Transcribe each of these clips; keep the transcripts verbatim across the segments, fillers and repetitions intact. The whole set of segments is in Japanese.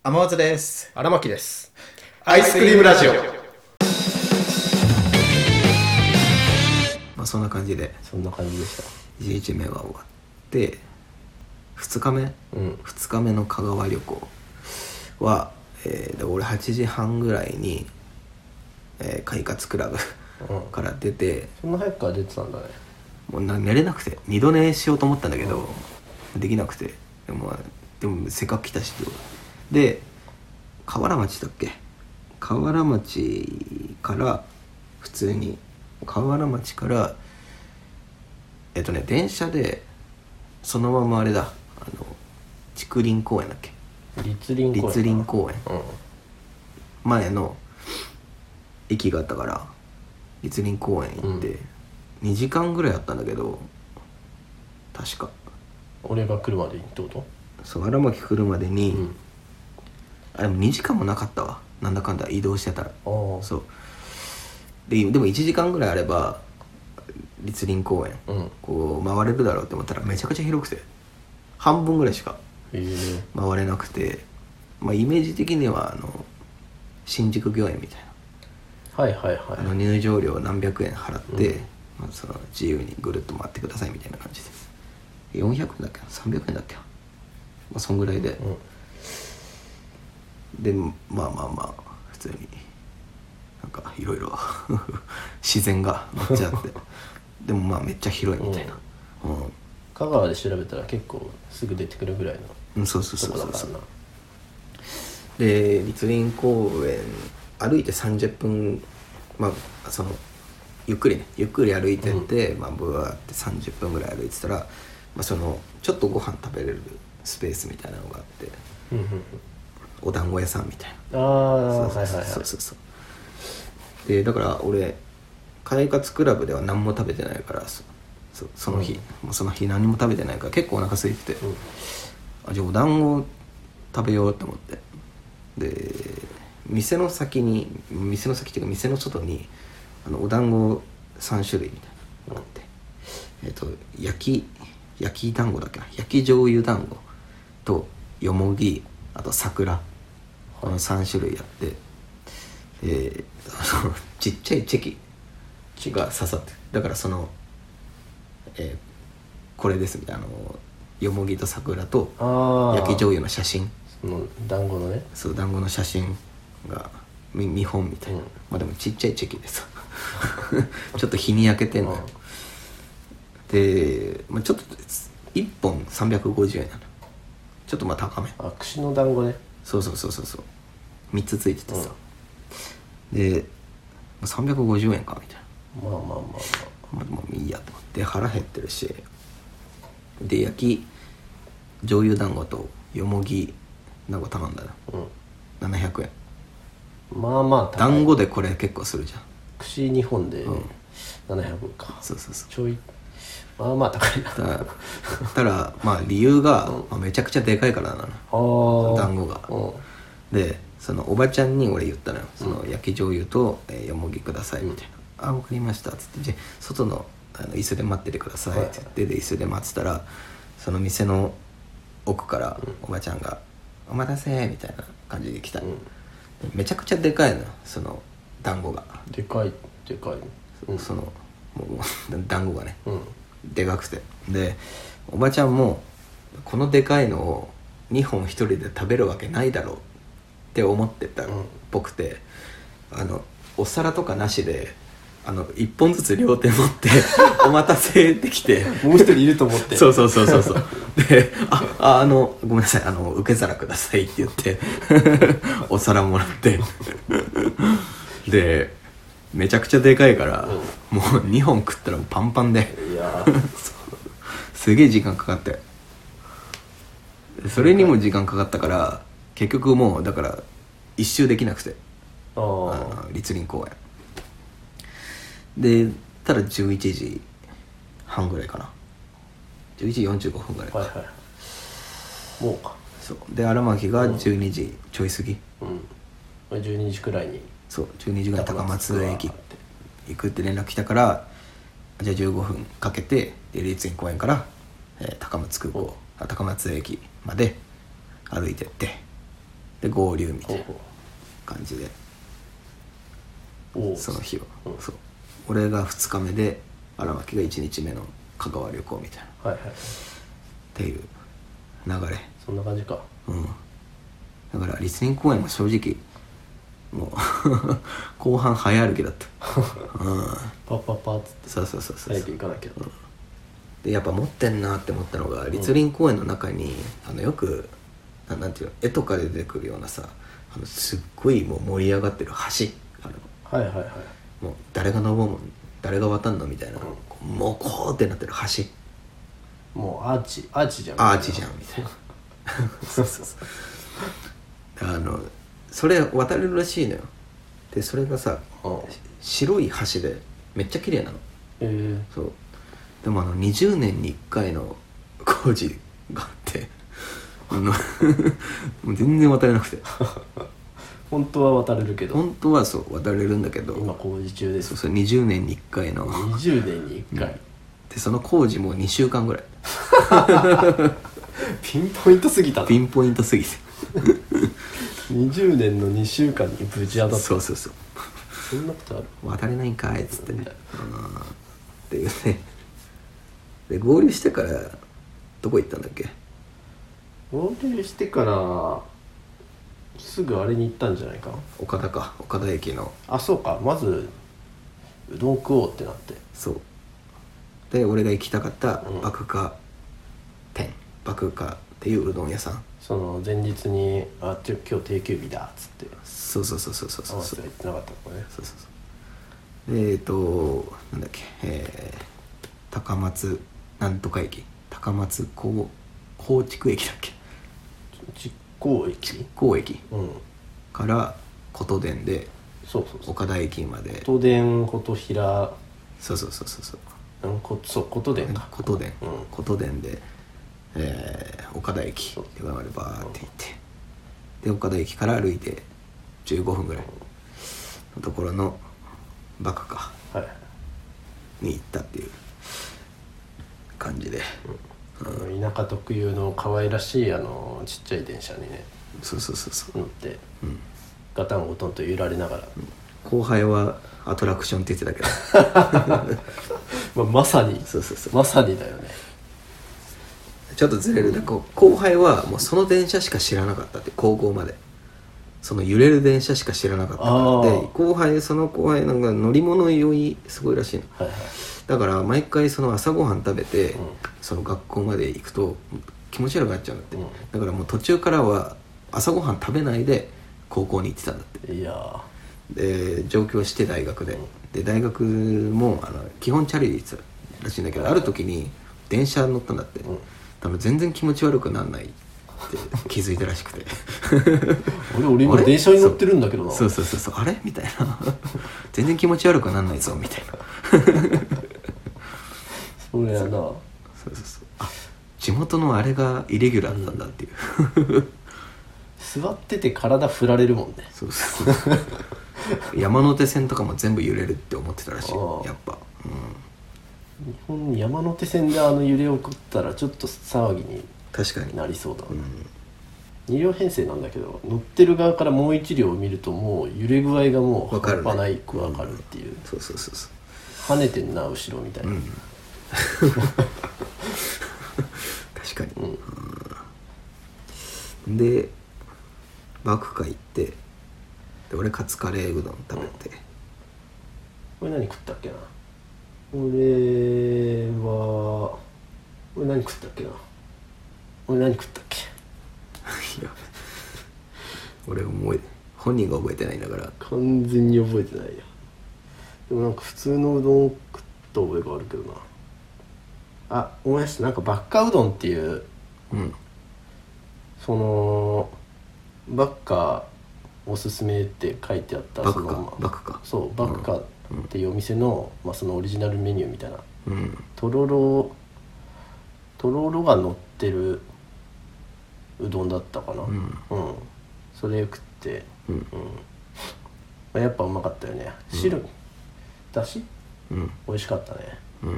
天松です。 荒牧です。 アイスクリームラジオ。 まあそんな感じでそんな感じでした。 いちにちめは終わってふつかめ、 うん、 ふつかめの香川旅行は、えー、で俺はちじはんぐらいに、えー、快活クラブから出て、 うん、そんな早くから出てたんだね。 もうな寝れなくて二度寝しようと思ったんだけど、うん、できなくてでも、でもせっかく来たしで河原町だっけ河原町から普通に河原町からえっとね電車でそのままあれだあの竹林公園だっけ立林公園立林公園、 うん、 前の駅があったから立林公園行って、うん、にじかんぐらいあったんだけど確か俺が来るまでにってこと？ そう荒牧来るまでに、うん、あでもにじかんもなかったわなんだかんだ移動してたらそうででもいちじかんぐらいあれば立林公園、うん、こう回れるだろうって思ったらめちゃくちゃ広くて半分ぐらいしか回れなくて、まあ、イメージ的にはあの新宿御苑みたいな、 はいはいはい、 あの入場料何百円払って、うんまあ、その自由にぐるっと回ってくださいみたいな感じでよんひゃくえんだっけさんびゃくえんだっけ、まあ、そんぐらいで、うん、でまあまあまあ普通になんかいろいろ自然がめっちゃあってでもまあめっちゃ広いみたいな、うんうん、 香川で調べたら結構すぐ出てくるぐらいの、 うん、そうそうそうそうそうで立林公園歩いてさんじゅっぷんまあそのゆっくりねゆっくり歩いてって、うんまあ、ブワーってさんじゅっぷんぐらい歩いてたら、まあ、そのちょっとご飯食べれるスペースみたいなのがあって、うんうんうん、お団子屋さんみたいなああそうそうそうそうそうでだから俺快活クラブでは何も食べてないから そ, そ, その日、うん、その日何も食べてないから結構お腹空いてて、うん、あじゃあお団子食べようと思ってで店の先に店の先っていうか店の外にあのお団子さんしゅるいみたいなのがあって、えっと焼き焼き団子だっけな焼き醤油団子とよもぎあと桜このさんしゅるいあってでちっちゃいチェキが刺さってだからその、えー、これですみたいなよもぎと桜と焼き醤油の写真その団子のねそう団子の写真が見本みたいな、うん、まあでもちっちゃいチェキでさちょっと日に焼けてんのよ、うん、で、まあ、ちょっといっぽんさんびゃくごじゅうえんなのちょっとまあ高めあ串の団子ねそうそうそうそうそうみっつついててさ、うん、でさんびゃくごじゅうえんかみたいなまあまあまあまあまあもういいやと思って腹減ってるしで焼き醤油団子とよもぎ団子頼んだら、うん、ななひゃくえんまあまあ団子でこれ結構するじゃん串にほんでななひゃくえんか、 うん、そうそうそうちょいまあまあ高いなだただまあ理由が、うんまあ、めちゃくちゃでかいからなの団子が、うん、でそのおばちゃんに俺言ったのよその焼き醤油と、えー、よもぎくださいみたいな、うん、あ分かりましたっつってじゃ外のあの椅子で待っててくださいって言って、はい、で椅子で待ってたらその店の奥からおばちゃんが、うん、お待たせみたいな感じで来た、うん、めちゃくちゃでかいのその団子がでかいでかい、 うん、そのもう団子がね、うん、でかくてでおばちゃんもこのでかいのをにほん一人で食べるわけないだろうって思ってたっぽくて、うん、あのお皿とかなしであのいっぽんずつ両手持ってお待たせってきてもう一人いると思ってそうそうそうそうそうであああのごめんなさいあの受け皿くださいって言ってお皿もらってでめちゃくちゃでかいから、うん、もうにほん食ったらパンパンでいやすげえ時間かかってそれにも時間かかったから結局もうだから一周できなくてあの立林公園でただじゅういちじはんぐらいかなじゅういちじよんじゅうごふんぐらいか、はいはい、 もうかそうで荒牧がじゅうにじちょい過ぎ、 うん、じゅうにじくらいにそうじゅうにじぐらい高松駅行くって連絡来たからじゃあじゅうごふんかけてで立林公園から、えー、高松空港高松駅まで歩いてってで合流みたいなほう感じでほうおうその日は、 うんそう俺がふつかめで荒牧がいちにちめの香川旅行みたいなはいはいっていう流れ。 そんな感じか。 うんだから立林公園も正直もう後半早歩きだったうんパッパッパッつってそうそうそうそう早く行かなきゃ、うん、 でやっぱ持ってんなって思ったのが立林公園の中に、あのよくななんていうの絵とかで出てくるようなさあのすっごいもう盛り上がってる橋あのはいはいはいもう誰が登るの誰が渡んのみたいな、 うもうこうってなってる橋もうアーチアーチじゃんアーチじゃんみたいなそうそうそうあのそれ渡れるらしいのよ。でそれがさうん白い橋でめっちゃ綺麗なの。 えー、 そうでもあのにじゅうねんにいっかいの工事があってあのもう全然渡れなくて本当は渡れるけど本当はそう渡れるんだけど今工事中ですそうそうにじゅうねんにいっかいのにじゅうねんにいっかい、 でその工事もにしゅうかんぐらいピンポイントすぎたなピンポイントすぎてにじゅうねんのにしゅうかんにぶち当たったそうそうそうそんなことある渡れないんかいっつってね、うんっていうね。で合流してからどこ行ったんだっけ。 合流してからすぐあれに行ったんじゃないか。 岡田か岡田駅のあそうかまずうどん食おうってなってそうで俺が行きたかったうん爆花店、爆花っていううどん屋さん。 その前日に「あちょ今日定休日だ」っつってそうそうそうそうそうそうそう合わせて言ってなかったのね。 そうそうそうでえっとなんだっけえー、高松なんとか駅高松高高築駅だっけ実行駅高駅うんから琴電でそうそうそう岡田駅まで琴電琴平そうそうそうそうそううんこそう琴電か琴電うん琴電で、えー、岡田駅そうでまでバーって行ってで岡田駅から歩いてじゅうごふんぐらいのところのバカかはいに行ったっていう感じで、 あの田舎特有の可愛らしいあのちっちゃい電車にねそうそうそうそう、 乗ってうん、 ガタンゴトンと揺られながら、 後輩はアトラクションって言ってたけどまあ、まさにそうそうそうまさにだよね。 ちょっとずれるねこう後輩はもうその電車しか知らなかったって高校までその揺れる電車しか知らなかったからあーで後輩その後輩なんか乗り物酔いすごいらしいのはいはいだから毎回その朝ごはん食べて、 うんその学校まで行くと気持ち悪くなっちゃうんだって、 うんだからもう途中からは朝ごはん食べないで高校に行ってたんだっていやで上京して大学で、 うんで大学もあの基本チャリで行ってたらしいんだけど、ある時に電車乗ったんだって、 うん多分全然気持ち悪くならないって気づいたらしくて俺俺今あれ電車に乗ってるんだけどな。 そうそうそうそうあれみたいな全然気持ち悪くならないぞみたいなそれやなそうそうそうあ地元のあれがイレギュラーだったんだっていう座ってて体振られるもんね。 そうそうそう山手線とかも全部揺れるって思ってたらしいああやっぱ、う日本山手線であの揺れ起こったらちょっと騒ぎにん、確かになりそうだな、 うんに両編成なんだけど乗ってる側からもう一両を見るともう揺れ具合がもうわかるね半端ないく分かるっていう、 そうそうそうそう跳ねてんな後ろみたいな、 うん確かに、うん、でバクカ行ってで俺カツカレーうどん食べて、 これ何食ったっけな俺は俺何食ったっけな俺何食ったっけいや俺思い本人が覚えてないんだから完全に覚えてないや。でもなんか普通のうどん食った覚えがあるけどなあ思い出したなんかバッカうどんっていううんそのバッカおすすめって書いてあったバクかそのバクかそうバッカっていうお店の、まあ、そのオリジナルメニューみたいなうんとろろとろろが乗ってるうどんだったかな、 うんうんそれ食って、 うんうんまあ、やっぱうまかったよね汁、だしうん美味しかったねうん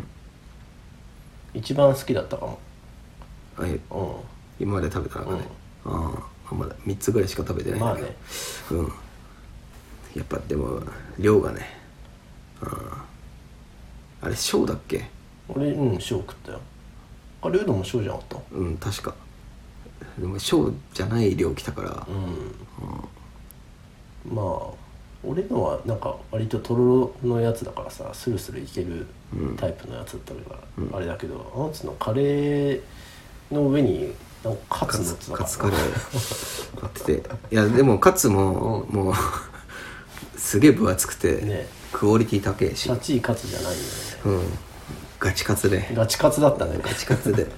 一番好きだったかもあえうん今まで食べた中で、 うんあああ、まだみっつぐらいしか食べてないんだけど、 まあねうんやっぱでも量がね、うん、あれ小だっけ？ 俺うん小食ったよ。カレーうどんも小じゃなかった？ うん確か。でも小じゃない量来たから、 うん、まあ俺のはなんか割ととろろのやつだからさスルスルいけるタイプのやつだったから、うん、あれだけどあのつのカレーの上になんかカツのってたからカツカレー買ってていやでもカツも、うん、もうすげえ分厚くて、ね、クオリティ高いしチャチいカツじゃないよね、 うん、ガチカツでガチカツだったねガチカツで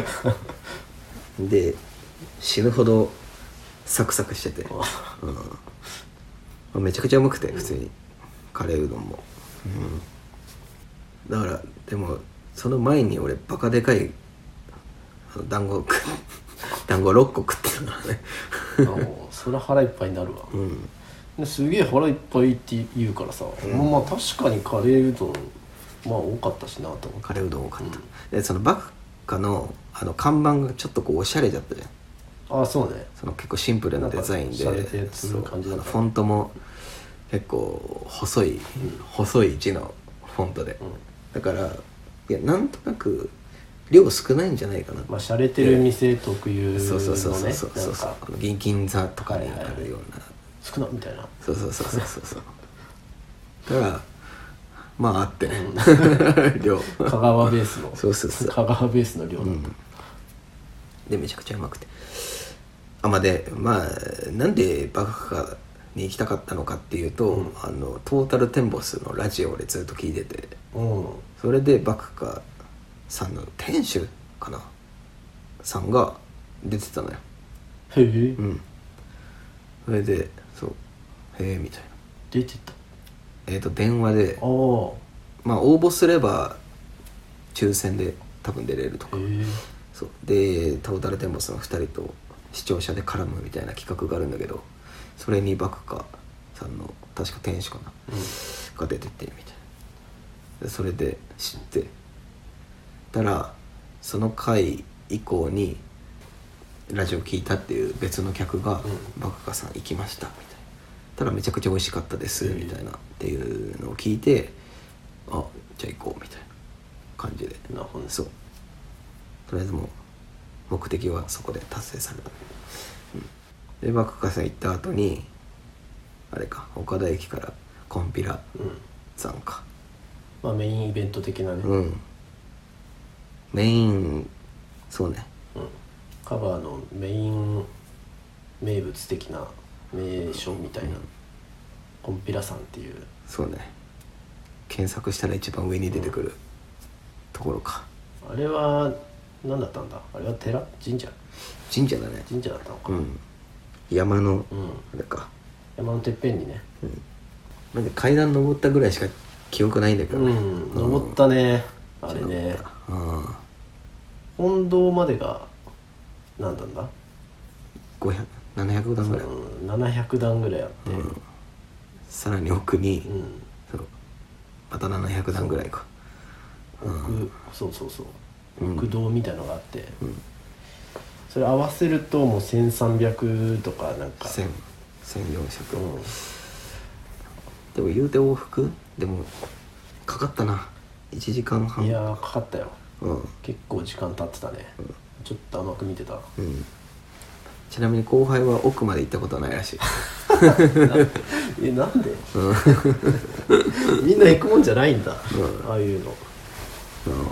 で死ぬほどサクサクしてて、うん、めちゃくちゃうまくて普通にカレーうどんも、うん、だからでもその前に俺バカでかい団子団子ろっこ食ってたからねあそりゃ腹いっぱいになるわ、うん、すげえ腹いっぱいって言うからさ、うん、まあ確かにカレーうどんまあ多かったしなと思って。 カレーうどん多かった、うん、でそのバカのあの看板がちょっとこうおしゃれだったじゃん。 ああそうね。 その結構シンプルなデザインで、 感じだった。 フォントも結構細い、うん、細い字のフォントで、うん、だからいやなんとなく量少ないんじゃないかな。 まあ洒落てる店特有のね、 そうそうそうそうそうそうそう、銀銀座とかにあるような、はいはいはい、 少なみたいな。 そうそうそうそうそうそうだからまああってね、うん、量香川ベースのそうそうそう香川ベースの量だった、うん、 でめちゃくちゃうまくてあまあでまあなんでバカに行きたかったのかっていうと、うん、あのトータルテンボスのラジオを俺ずっと聞いてて、うん、それでバカさんの店主かなさんが出てたのよ。 へえ、 うん、それでそうへえみたいな出てたえーと電話であまあ応募すれば抽選で多分出れるとかそうでトータルテンボスのふたりと視聴者で絡むみたいな企画があるんだけどそれにバクカさんの確か店主かな、うん、が出ててみたいなでそれで知ってたらその回以降にラジオ聞いたっていう別の客が、うん、バクカさん行きましたみたいなただめちゃくちゃ美味しかったですみたいなっていうのを聞いてあじゃあ行こうみたいな感じでなるほど、ね、 そうとりあえずもう目的はそこで達成された、うん、でバクカさん行った後にあれか岡田駅からコンピラ山か、 うん、まあメインイベント的なねうんメインそうね、 うん、香川のメイン名物的な名所みたいな、うん、コンピラ山っていうそうね検索したら一番上に出てくる、うん、ところかあれは何だったんだあれは寺神社神社だね神社だったのか、 うん、山の、うん、あれか山のてっぺんにね、 うん、なんで階段登ったぐらいしか記憶ないんだけどね、 うん、登ったね、うん、あれねあ本堂までが何段だごひゃく、ななひゃくだんぐらい、 うん、ななひゃくだんぐらいあって、うん、 さらに奥に、うん、そうまたななひゃくだんぐらいか奥、うん、そうそうそう奥堂みたいのがあって、うん、それ合わせるともうせんさんびゃくとかなんかせん、せんよんひゃく、うん、でも言うて往復でもかかったないちじかんはんいやーかかったよ、 うん、 結構時間経ってたね、うん、ちょっと甘く見てた、 うん、ちなみに後輩は奥まで行ったことはないらしいえなんで、うん、みんな行くもんじゃないんだ、うん、ああいうの、うん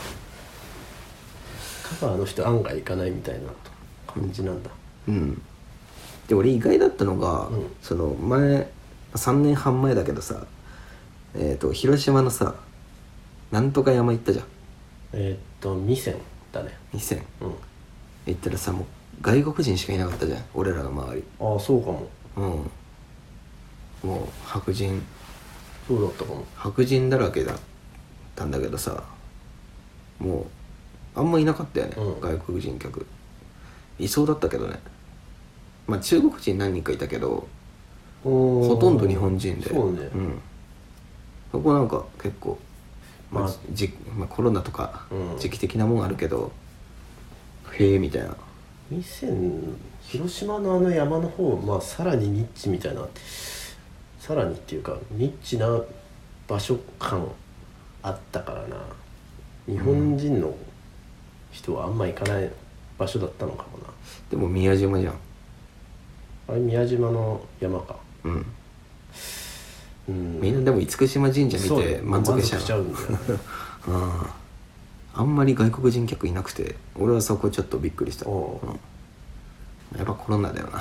香川の人案外行かないみたいな感じなんだうんで俺意外だったのが、うん、その前さんねんはん前だけどさえっと広島のさなんとか山行ったじゃんえー、っとにせんだねにせん、うん、行ったらさもう外国人しかいなかったじゃん俺らの周りああそうかもうんもう白人そうだったかも白人だらけだったんだけどさもうあんまいなかったよね、うん、外国人客いそうだったけどねまあ中国人何人かいたけどほとんど日本人でそうね、 うん、そこなんか結構、まあじまあ、コロナとか時期的なもんあるけど、うん、へえみたいな店広島のあの山の方、まあさらにニッチみたいな、さらにっていうかニッチな場所感あったからな。日本人の人はあんま行かない場所だったのかもな。 でも宮島じゃん。 あれ宮島の山か。 うん、 うん、 みんなでも厳島神社見て満足しちゃう。 満足しちゃうんだよねああんまり外国人客いなくて俺はそこちょっとびっくりした、うん、やっぱコロナだよな、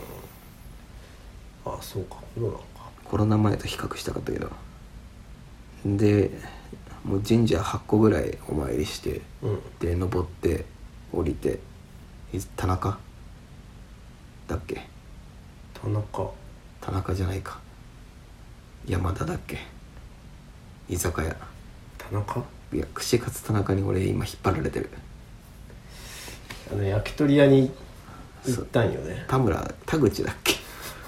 うん、ああそうかコロナか。 コロナ前と比較したかったけど、でもう神社はっこぐらいお参りして、うん、で登って降りて田中だっけ。 田中田中じゃないか山田だっけ居酒屋。 田中いや串カツ田中に俺今引っ張られてる。 あの焼き鳥屋に行ったんよね。 田村田口だっけ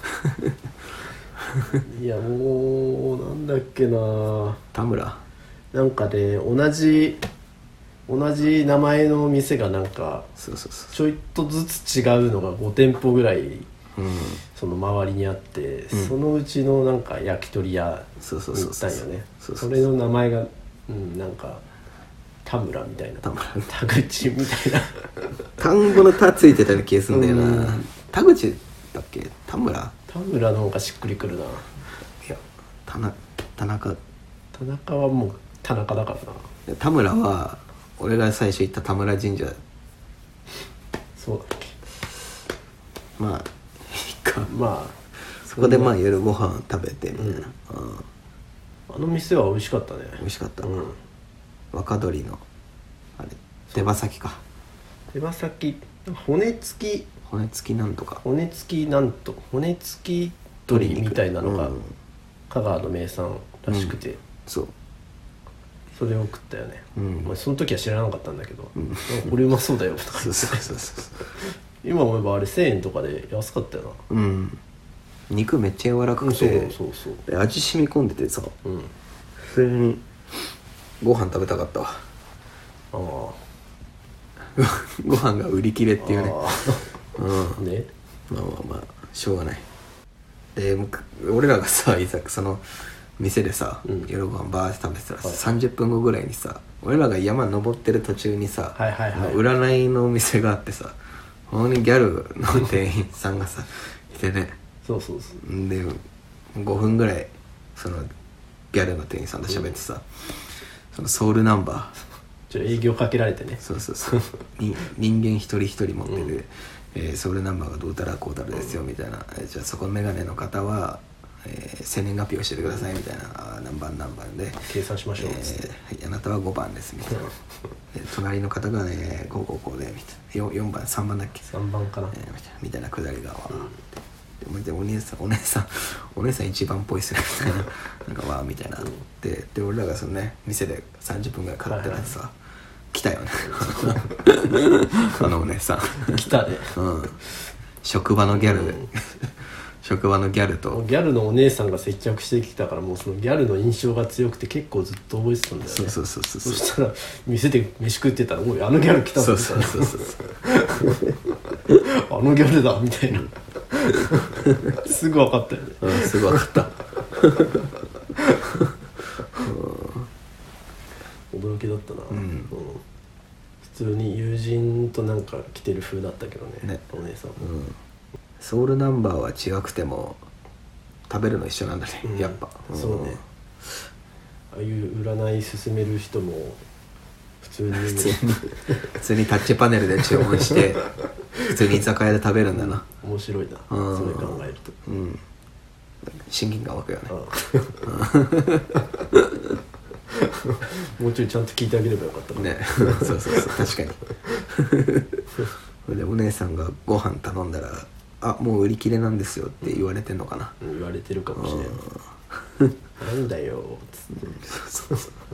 いやもうなんだっけな、 田村なんかね同じ同じ名前の店がなんかそうそうそうちょいとずつ違うのがご店舗ぐらい、うん、その周りにあって、うん、そのうちのなんか焼き鳥屋に行ったんよね。それの名前が、うん、なんか田村みたいな、 田村田口みたいな単語の田ついてたような気がするんだよな、うん、田口だっけ田村田村の方がしっくりくるな。いや田な田中田中はもう田中だからな。 田村は俺が最初行った田村神社。 そうだっけ。 まあいいか。 まあそこでまあ夜ご飯食べてみたいな、うんうん、 あの店は美味しかったね。 美味しかった、うん、若鳥のあれ手羽先か。 手羽先骨付き骨付きなんとか骨付きなんと骨付き鶏みたいなのが、うん、香川の名産らしくて、うん、 そうそれを食ったよね、 うんまあ、その時は知らなかったんだけど、うん、これうまそうだよとか言ってそうそうそうそう今思えばあれせんえんとかで安かったよな。 うん肉めっちゃ柔らかくて、うん、そうそうそう味染み込んでてさ、うん、普通にご飯食べたかったわ。 ああご飯が売り切れっていうね。 うん、ねまあまあまあしょうがない。で俺らがさいざその店でさ、うん、夜ご飯バーって食べてたら、はい、さんじゅっぷんごぐらいにさ俺らが山登ってる途中にさ、 はいはいはい、 占いのお店があってさここにギャルの店員さんがさいてねそうそうそうでごふんぐらいそのギャルの店員さんと喋ってさ、うん、そのソウルナンバーちょ営業かけられてねそうそうそうに人間一人一人持ってる、うんえー、ソウルナンバーがどうたらこうたらですよ、うん、みたいな、えー、じゃあそこのメガネの方は、えー、生年月日を教えてくださいみたいな、うん、何番何番で計算しましょう、えーはい、あなたはごばんですみたいなで隣の方がねこうこうこうでみたいな よん, よんばんさんばんだっけさんばんかな、えー、みたいなくだりがわーって、うん、でお姉さんお姉さんお姉さん一番っぽいっすねみたいななんかわーみたいな、うん、で, で俺らがそのね店でさんじゅっぷんぐらい買ってないとさ、はいはい来たよねあのお姉さん来たね、 うん、職場のギャルで、うん、職場のギャルとギャルのお姉さんが接客してきたからもうそのギャルの印象が強くて結構ずっと覚えてたんだよね。 そうそうそうそうそしたら店で飯食ってたらもうあのギャル来たぞみたいなそうそうそうそうあのギャルだみたいなすぐ分かったよね、 うん、すぐ分かった驚きだったな、 うんうん、 普通に友人となんか来てる風だったけど ね, ねお姉さん、 うん、ソウルナンバーは違くても食べるの一緒なんだね、うん、やっぱ、 うん、そうねああいう占い進める人も普通に普通に普通にタッチパネルで注文して普通に居酒屋で食べるんだな、 うん、面白いな、うん、それ考えると、 うん、親近感湧くよねもうちょいちゃんと聞いてあげればよかったねそうそうそう確かにでお姉さんがご飯頼んだらあもう売り切れなんですよって言われてんのかな、 うん、言われてるかもしれないなんだよつってそう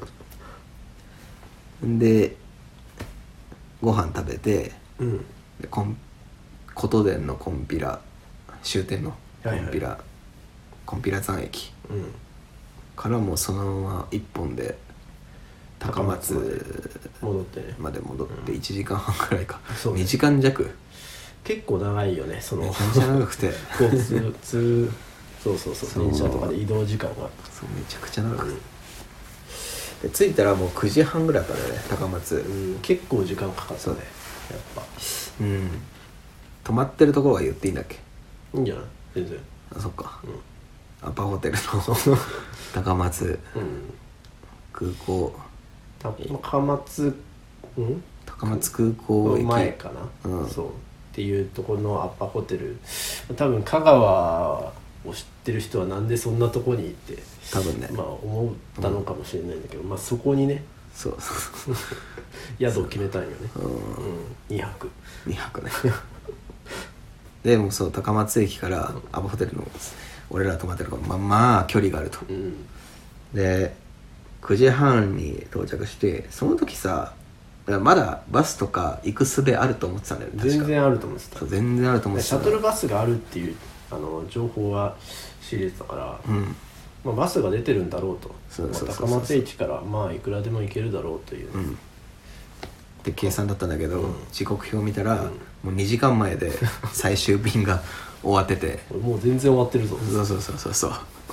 そうでご飯食べて、うん、でコン琴電のコンピラ終点のコンピラ、はいはい、コンピラ山駅、うんからもうそのまま一本で高松戻ってねまで戻っていちじかんはんくらいか、 うん、 にじかん弱結構長いよねそのめちゃめちゃ長くて交通通そうそうそうそう電車とかで移動時間がそうめちゃくちゃ長くて、で着いたらもうくじはんぐらいだったんだよね高松。 うん結構時間かかったねやっぱうん泊まってるところは言っていいんだっけ？ いいんじゃない全然あそっか、 うんアパホテルの高松うん空港高松うん高松空港駅前かな、 うんそうっていうところのアパホテル多分香川を知ってる人はなんでそんなとこに行って多分ね、 まあ思ったのかもしれないんだけど、まあそこにねそうそう宿を決めたんよね、 うんうん、にはくにはくねでもそう高松駅からアパホテルの俺ら泊まってるからまあまあ距離があると、 うん、 でくじはんに到着してその時さまだバスとか行く術あると思ってたんだよね。確か全然あると思ってた。 そう全然あると思ってたシャトルバスがあるっていうあの情報は知れてたから、 うんまあ、バスが出てるんだろうと。 そうそうそうそう高松駅からまあいくらでも行けるだろうという、 うん、で計算だったんだけど、 うん時刻表見たら、 うんもうにじかんまえで最終便が終わっててもう全然終わってるぞそうそうそうそうそう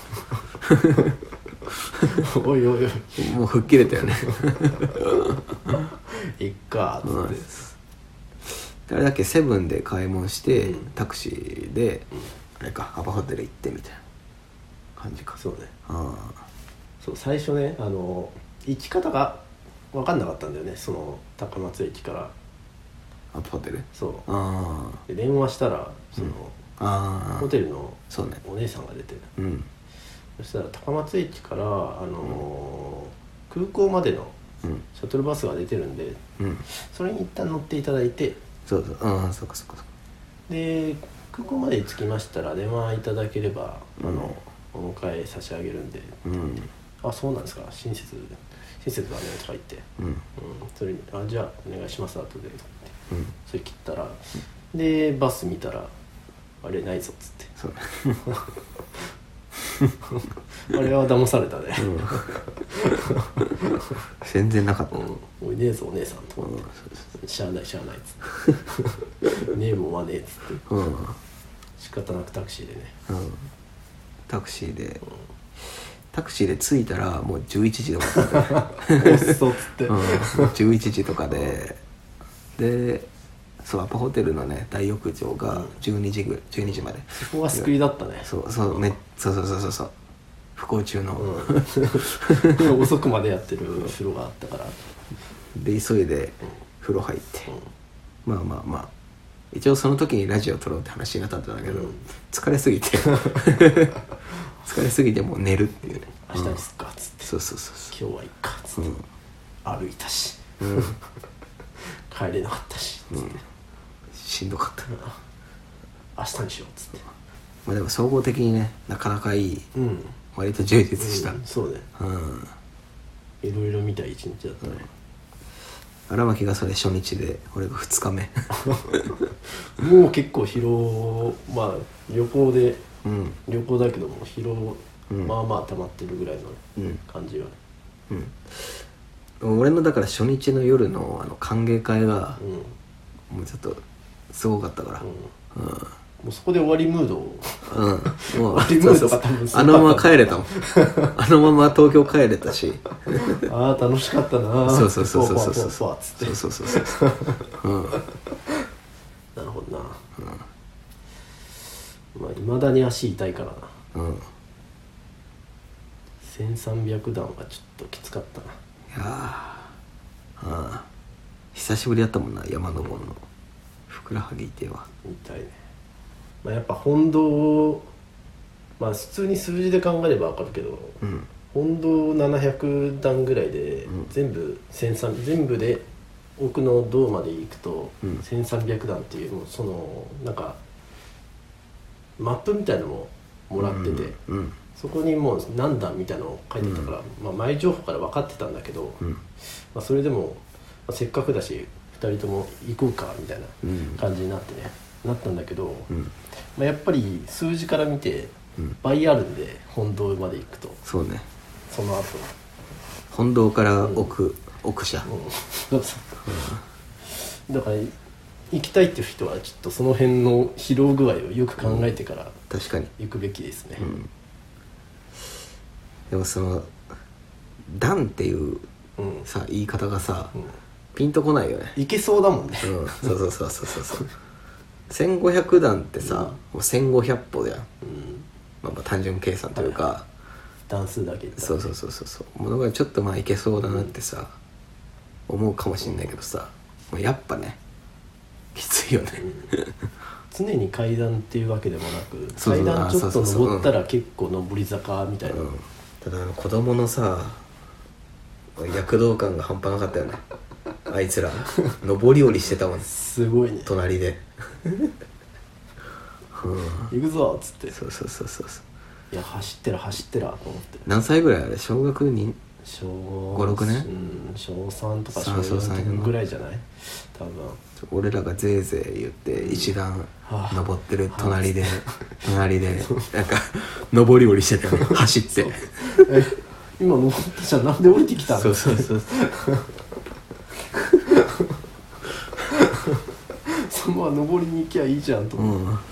おいおいおいもう吹っ切れたよねいっかーっつって、 あれだっけセブンで買い物して、 うんタクシーで、あれかアパホテル行ってみたいな感じか。 そうねあそう最初ねあの行き方が分かんなかったんだよねその高松駅から。 あアパホテルそうあで電話したらその、 ああホテルのそうねお姉さんが出て、 うんそしたら高松駅から、あのー空港までのうんシャトルバスが出てるんでうんそれに一旦乗っていただいて、 そうそうああそっかそっかそっかで空港まで着きましたら電話いただければ、 うんあのお迎え差し上げるんで、 うんあそうなんですか親切親切だねとか言って、 うんうん、それにあじゃあお願いします後でとか言ってうんそれ切ったら、でバス見たらあれないぞっつってそうあれは騙されたね、 うん全然なかった、うんうん、おいねえぞお姉さんと思って、しゃあないしゃあないっつってねえもんはねえっつってうんうん仕方なくタクシーでね、 タクシーでタクシーで着いたらもうじゅういちじとかだったねおっそっつって、 うん、じゅういちじとかででそうアパホテルのね大浴場がじゅうにじぐじゅうにじまで、 そこは救いだったね。 そうそうめそうそうそうそうそう不幸中の、 うん、遅くまでやってる風呂があったからで急いで風呂入って、まあまあまあ一応その時にラジオ撮ろうって話になったんだけど、 うん疲れすぎて疲れすぎてもう寝るっていうね明日にすっかっつって、 そうそうそうそ今日はいっかっつって、 う歩いたしうん、うん、 帰れなかったしつって、 しんどかった明日にしようっつって、 まあでも総合的にねなかなかいいうん割と充実した、 うんそうねうん、 いろいろ見た一日だったね、 荒牧がそれ初日で俺がふつかめもう結構疲労まあ旅行でうん旅行だけども疲労、 うんまあまあ溜まってるぐらいのうん感じは、 うん俺のだから初日の夜のあの歓迎会がうんもうちょっとすごかったからうんうんもうそこで終わりムードをうん、もう終わりムードが多分すごかったあのまま帰れたもんあのまま東京帰れたしああ楽しかったなそうそうそうそうそうポワポワポそうワっつってそうそうそうそううんなるほどな、まあいまだに足痛いからなうんせんさんびゃくだんはちょっときつかったないやーあ久しぶりだったもんな山登るのふくらはぎ痛いわ痛いね、まあ、やっぱ本堂まあ普通に数字で考えれば分かるけどうん本堂ななひゃくだんぐらいで、 うん全部せんさんびゃく全部で奥の堂まで行くと、 うんせんさんびゃくだんっていうもうそのなんかマップみたいのももらってて、 うんうんそこにもう何段みたいなの書いてたから、まあ、前情報から分かってたんだけど、 うんまあ、それでも、まあ、せっかくだしふたりとも行こうかみたいなうん感じになってねなったんだけど、 うんまあ、やっぱり数字から見てうん倍あるんで本堂まで行くとそうねその後本堂から奥、奥社うんそうそうだから行きたいっていう人はちょっとその辺の疲労具合をよく考えてから確かに行くべきですね、 うん、でもその段っていうさ、うん、言い方がさ、うん、ピンとこないよね。 いけそうだもんね、 うん、そうそうそうそうそうそうせんごひゃく段ってさ、うん、もうせんごひゃく歩じゃん、うん、まあ、まあ単純計算というか、はいはい、 段数だけで、 そうそうそうそうそうものがちょっとまあいけそうだなってさ、うん、思うかもしんないけどさ、うん、やっぱねきついよね、うん、 常に階段っていうわけでもなく階段ちょっと登ったら結構上り坂みたいな、うん、 ただあの子供のさ躍動感が半端なかったよねあいつら上り下りしてたもんねすごいね隣で、うん、 行くぞっつって、 そうそうそうそういや走ってら走ってらと思って。 何歳ぐらいあれ小学に小ご、ろくねん、 うん、小さんとか小よんぐらいじゃない、多分俺らがぜいぜい言って一段登ってる隣で、はあ、隣でなんか上り下りしてたよね走ってえ今登ったじゃんなんで降りてきたの。 そうそうそうそのまま登りに行きゃいいじゃんと思って、うんうんうん、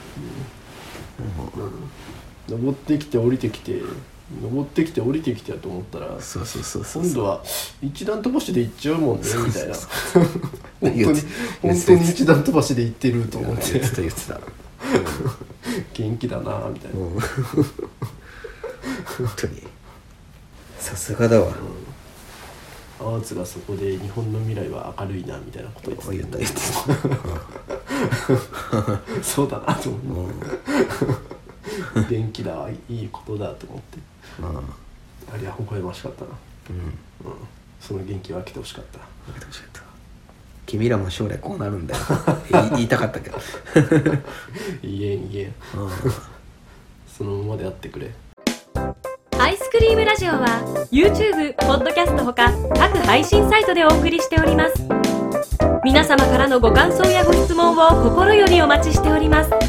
登ってきて降りてきて登ってきて降りてきてやと思ったら、 そうそうそうそう今度は一段飛ばしで行っちゃうもんねみたいな本当に本当に一段飛ばしで行ってると思って言ってた言ってた、うん、 元気だなみたいな、うん、本当にさすがだわ、 うん、アーツがそこで日本の未来は明るいなみたいなこと言ってた言った言ってたそうだなと思って、うん、元気だいいことだと思って、うん、あれは微笑ましかったな、うんうん、その元気を分けてほしかった分けてほしかった。 君らも将来こうなるんだよ言いたかったけど言えん言えん、うん、そのままであってくれ。 アイスクリームラジオは YouTube、ポッドキャストほか各配信サイトでお送りしております。皆様からのご感想やご質問を心よりお待ちしております。